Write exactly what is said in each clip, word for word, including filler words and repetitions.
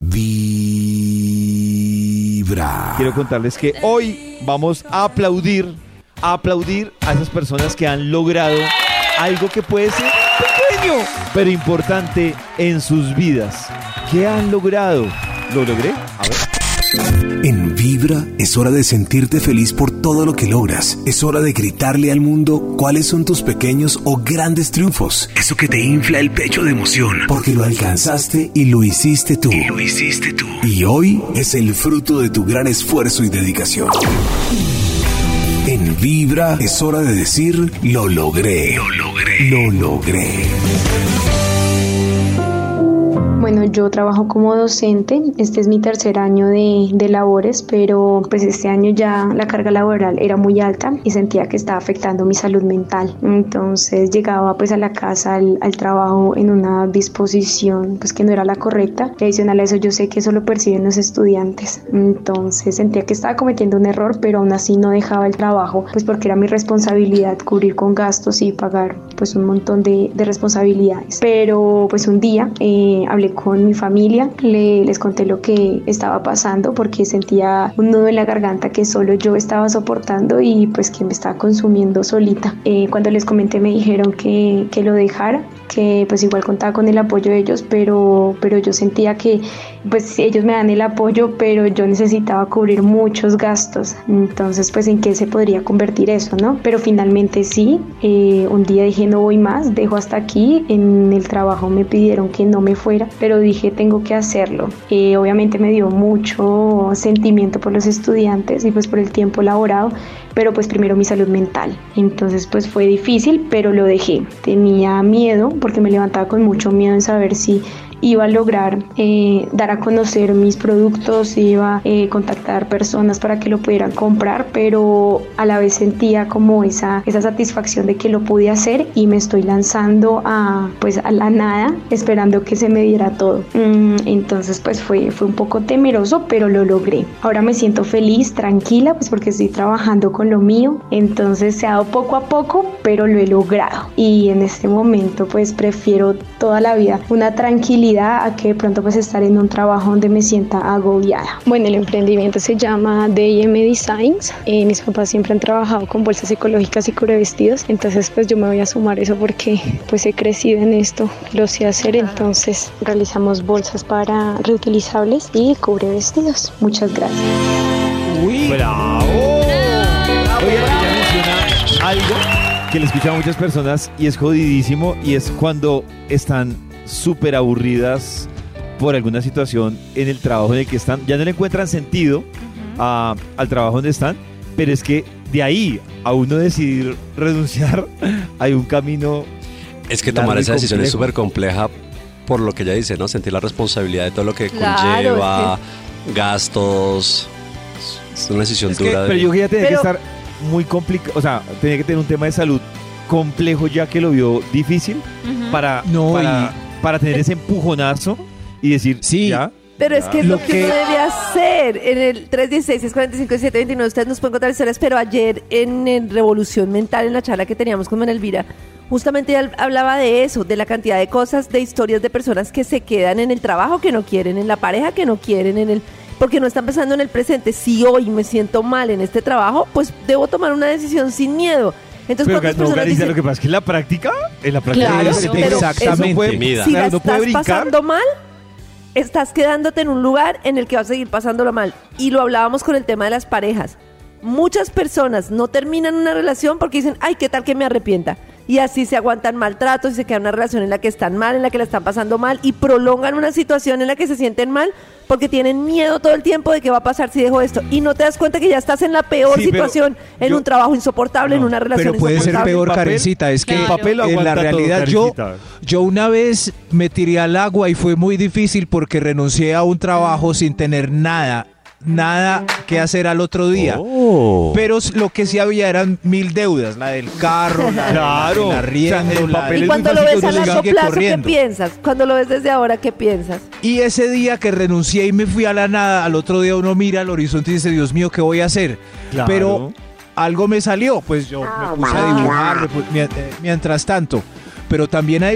Vibra. Quiero contarles que hoy vamos a aplaudir, a aplaudir a esas personas que han logrado algo que puede ser pequeño, pero importante en sus vidas. ¿Qué han logrado? ¿Lo logré? A ver. En Vibra es hora de sentirte feliz por todo lo que logras. Es hora de gritarle al mundo cuáles son tus pequeños o grandes triunfos. Eso que te infla el pecho de emoción. Porque lo alcanzaste y lo hiciste tú. Y lo hiciste tú. Y hoy es el fruto de tu gran esfuerzo y dedicación. En Vibra es hora de decir, lo logré. Lo logré. Lo logré. Bueno, yo trabajo como docente, este es mi tercer año de, de labores, pero pues este año ya la carga laboral era muy alta y sentía que estaba afectando mi salud mental. Entonces llegaba pues a la casa, al, al trabajo en una disposición pues que no era la correcta. Y adicional a eso yo sé que eso lo perciben los estudiantes. Entonces sentía que estaba cometiendo un error, pero aún así no dejaba el trabajo, pues porque era mi responsabilidad cubrir con gastos y pagar pues un montón de, de responsabilidades. Pero pues un día eh, hablé con mi familia, le, les conté lo que estaba pasando porque sentía un nudo en la garganta que solo yo estaba soportando y pues que me estaba consumiendo solita. Eh, cuando les comenté me dijeron que, que lo dejara, que pues igual contaba con el apoyo de ellos, pero, pero yo sentía que pues ellos me dan el apoyo, pero yo necesitaba cubrir muchos gastos. Entonces pues en qué se podría convertir eso, ¿no? Pero finalmente sí, eh, un día dije no voy más, dejo hasta aquí. En el trabajo me pidieron que no me fuera, pero dije tengo que hacerlo. Eh, obviamente me dio mucho sentimiento por los estudiantes y pues por el tiempo laborado, pero pues primero mi salud mental. Entonces pues fue difícil, pero lo dejé. Tenía miedo porque me levantaba con mucho miedo en saber si iba a lograr eh, dar a conocer mis productos, iba a eh, contactar personas para que lo pudieran comprar, pero a la vez sentía como esa, esa satisfacción de que lo pude hacer y me estoy lanzando a, pues, a la nada esperando que se me diera todo. Mm, entonces pues fue, fue un poco temeroso, pero lo logré. Ahora me siento feliz, tranquila, pues porque estoy trabajando con lo mío, entonces se ha dado poco a poco, pero lo he logrado y en este momento pues prefiero toda la vida una tranquilidad a que de pronto pues estar en un trabajo donde me sienta agobiada. Bueno, el emprendimiento se llama D y M Designs. Eh, mis papás siempre han trabajado con bolsas ecológicas y cubrevestidos, entonces pues yo me voy a sumar eso porque pues he crecido en esto, lo sé hacer, entonces realizamos bolsas para reutilizables y cubrevestidos. Muchas gracias. ¡Uy! ¡Bravo! Oye, ella menciona algo que le escuchan a muchas personas y es jodidísimo, y es cuando están súper aburridas por alguna situación en el trabajo en el que están, ya no le encuentran sentido a, al trabajo donde están, pero es que de ahí a uno decidir renunciar hay un camino. Es que tomar esa decisión es súper compleja por lo que ella dice, ¿no? Sentir la responsabilidad de todo lo que Claro, conlleva, es que... gastos, es una decisión es que, dura. Pero de... yo que ya tenía Pero... que estar muy complicado, o sea, tenía que tener un tema de salud complejo ya que lo vio difícil uh-huh. para, no, para, y... para tener ese empujonazo y decir, sí, ya. Pero es que es lo, Lo que, que uno debe hacer. En el tres uno seis, seis cuatro cinco, diecisiete veintinueve ustedes nos pueden contar historias, pero ayer en, en Revolución Mental, en la charla que teníamos con Manuel Elvira, justamente él hablaba de eso, de la cantidad de cosas, de historias de personas que se quedan en el trabajo que no quieren, en la pareja que no quieren, en el porque no están pensando en el presente. Si hoy me siento mal en este trabajo, pues debo tomar una decisión sin miedo. Entonces, pero ¿cuántas no, personas Galicia, dicen? lo que pasa es que en la práctica, en la práctica Claro, es pero exactamente. eso puede, Mida. si la no puede estás brincar. pasando mal, estás quedándote en un lugar en el que vas a seguir pasándolo mal. Y lo hablábamos con el tema de las parejas. Muchas personas no terminan una relación porque dicen, ay, ¿qué tal que me arrepienta? Y así se aguantan maltratos y se queda una relación en la que están mal, en la que la están pasando mal y prolongan una situación en la que se sienten mal porque tienen miedo todo el tiempo de qué va a pasar si dejo esto. Y no te das cuenta que ya estás en la peor sí, situación, en yo, un trabajo insoportable, no, en una relación pero puede insoportable. ser peor, papel, Karencita. Es que el papel lo en la aguanta realidad todo, yo, yo una vez me tiré al agua y fue muy difícil porque renuncié a un trabajo sin tener nada. Nada que hacer al otro día. Oh. Pero lo que sí había eran mil deudas, la del carro, la Claro. del arriendo, O sea, el la papel Y es cuando muy lo fácil ves que a uno largo sigue plazo, ¿qué corriendo. piensas? Cuando lo ves desde ahora, ¿qué piensas? Y ese día que renuncié y me fui a la nada, al otro día uno mira al horizonte y dice, Dios mío, ¿qué voy a hacer? Claro. Pero algo me salió, pues yo me puse a dibujar me pu- mient- eh, mientras tanto. Pero también hay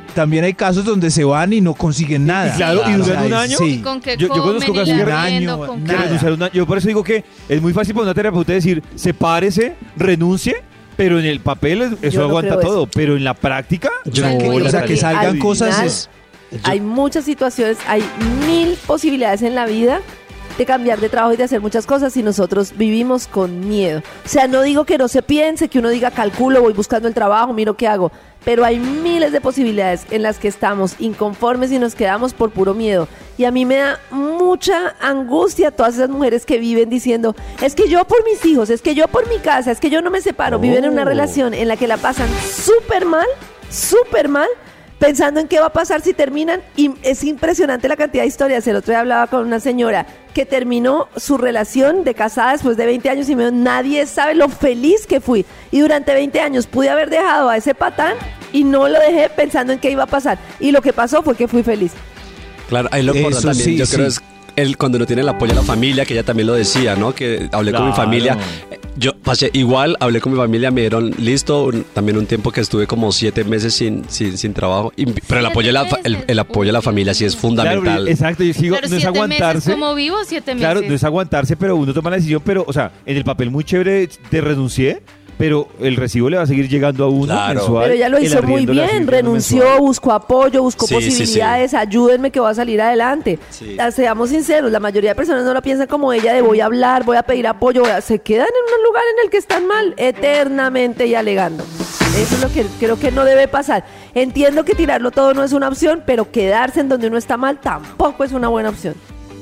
también hay casos donde se van y no consiguen nada. Y claro, y duran un O sea, año. sí. ¿Con qué Yo- yo comen conozco y casos la que- Un arriendo, año, con Que nada. qué? renunciar una- yo por eso digo que es muy fácil para una terapeuta decir, sepárese, renuncie, pero en el papel es- eso Yo no aguanta creo todo, pero en la práctica... Yo no, creo que- O sea, que Al salgan final, cosas es... Hay muchas situaciones, hay mil posibilidades en la vida de cambiar de trabajo y de hacer muchas cosas y nosotros vivimos con miedo. O sea, no digo que no se piense, que uno diga calculo, voy buscando el trabajo, miro qué hago, pero hay miles de posibilidades en las que estamos inconformes y nos quedamos por puro miedo. Y a mí me da mucha angustia todas esas mujeres que viven diciendo, es que yo por mis hijos, es que yo por mi casa, es que yo no me separo, viven en una Oh. relación en la que la pasan súper mal, súper mal, pensando en qué va a pasar si terminan, y es impresionante la cantidad de historias. El otro día hablaba con una señora que terminó su relación de casada después de veinte años y me dijo, nadie sabe lo feliz que fui, y durante veinte años pude haber dejado a ese patán y no lo dejé pensando en qué iba a pasar, y lo que pasó fue que fui feliz. Claro, ahí lo Eso importante también, sí, yo sí. creo es el cuando no tiene el apoyo de la familia, que ella también lo decía, ¿no? Que hablé con mi Claro. familia. Yo pasé igual, hablé con mi familia, me dieron listo, un- también un tiempo que estuve como siete meses sin, sin, sin trabajo, y- pero el apoyo, de la, fa- el, el apoyo de la familia sí es Claro, fundamental. exacto, yo sigo, Pero no es siete aguantarse. meses como vivo, siete meses. Claro, no es aguantarse, pero uno toma la decisión, pero, o sea, en el papel muy chévere te renuncié, pero el recibo le va a seguir llegando a uno Claro. mensual. Pero ella lo el hizo muy arriendo le va a bien, seguir llegando renunció, mensual. buscó apoyo, buscó Sí, sí, sí. posibilidades, ayúdenme que voy a salir adelante. Sí. Ah, Seamos sinceros, la mayoría de personas no lo piensan como ella de voy a hablar, voy a pedir apoyo, voy a- se quedan en un lugar en el que están mal, eternamente y alegando. Eso es lo que creo que no debe pasar. Entiendo que tirarlo todo no es una opción, pero quedarse en donde uno está mal tampoco es una buena opción.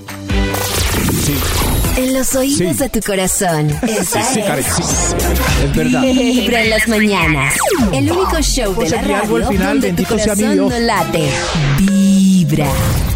En los oídos Sí. de tu corazón. Esa Sí, Karen, es. sí. Es verdad. Vibra en las mañanas. El único show de Pues la aquí algo al radio final, donde tu bendito sea mi corazón Dios. no late. Vibra.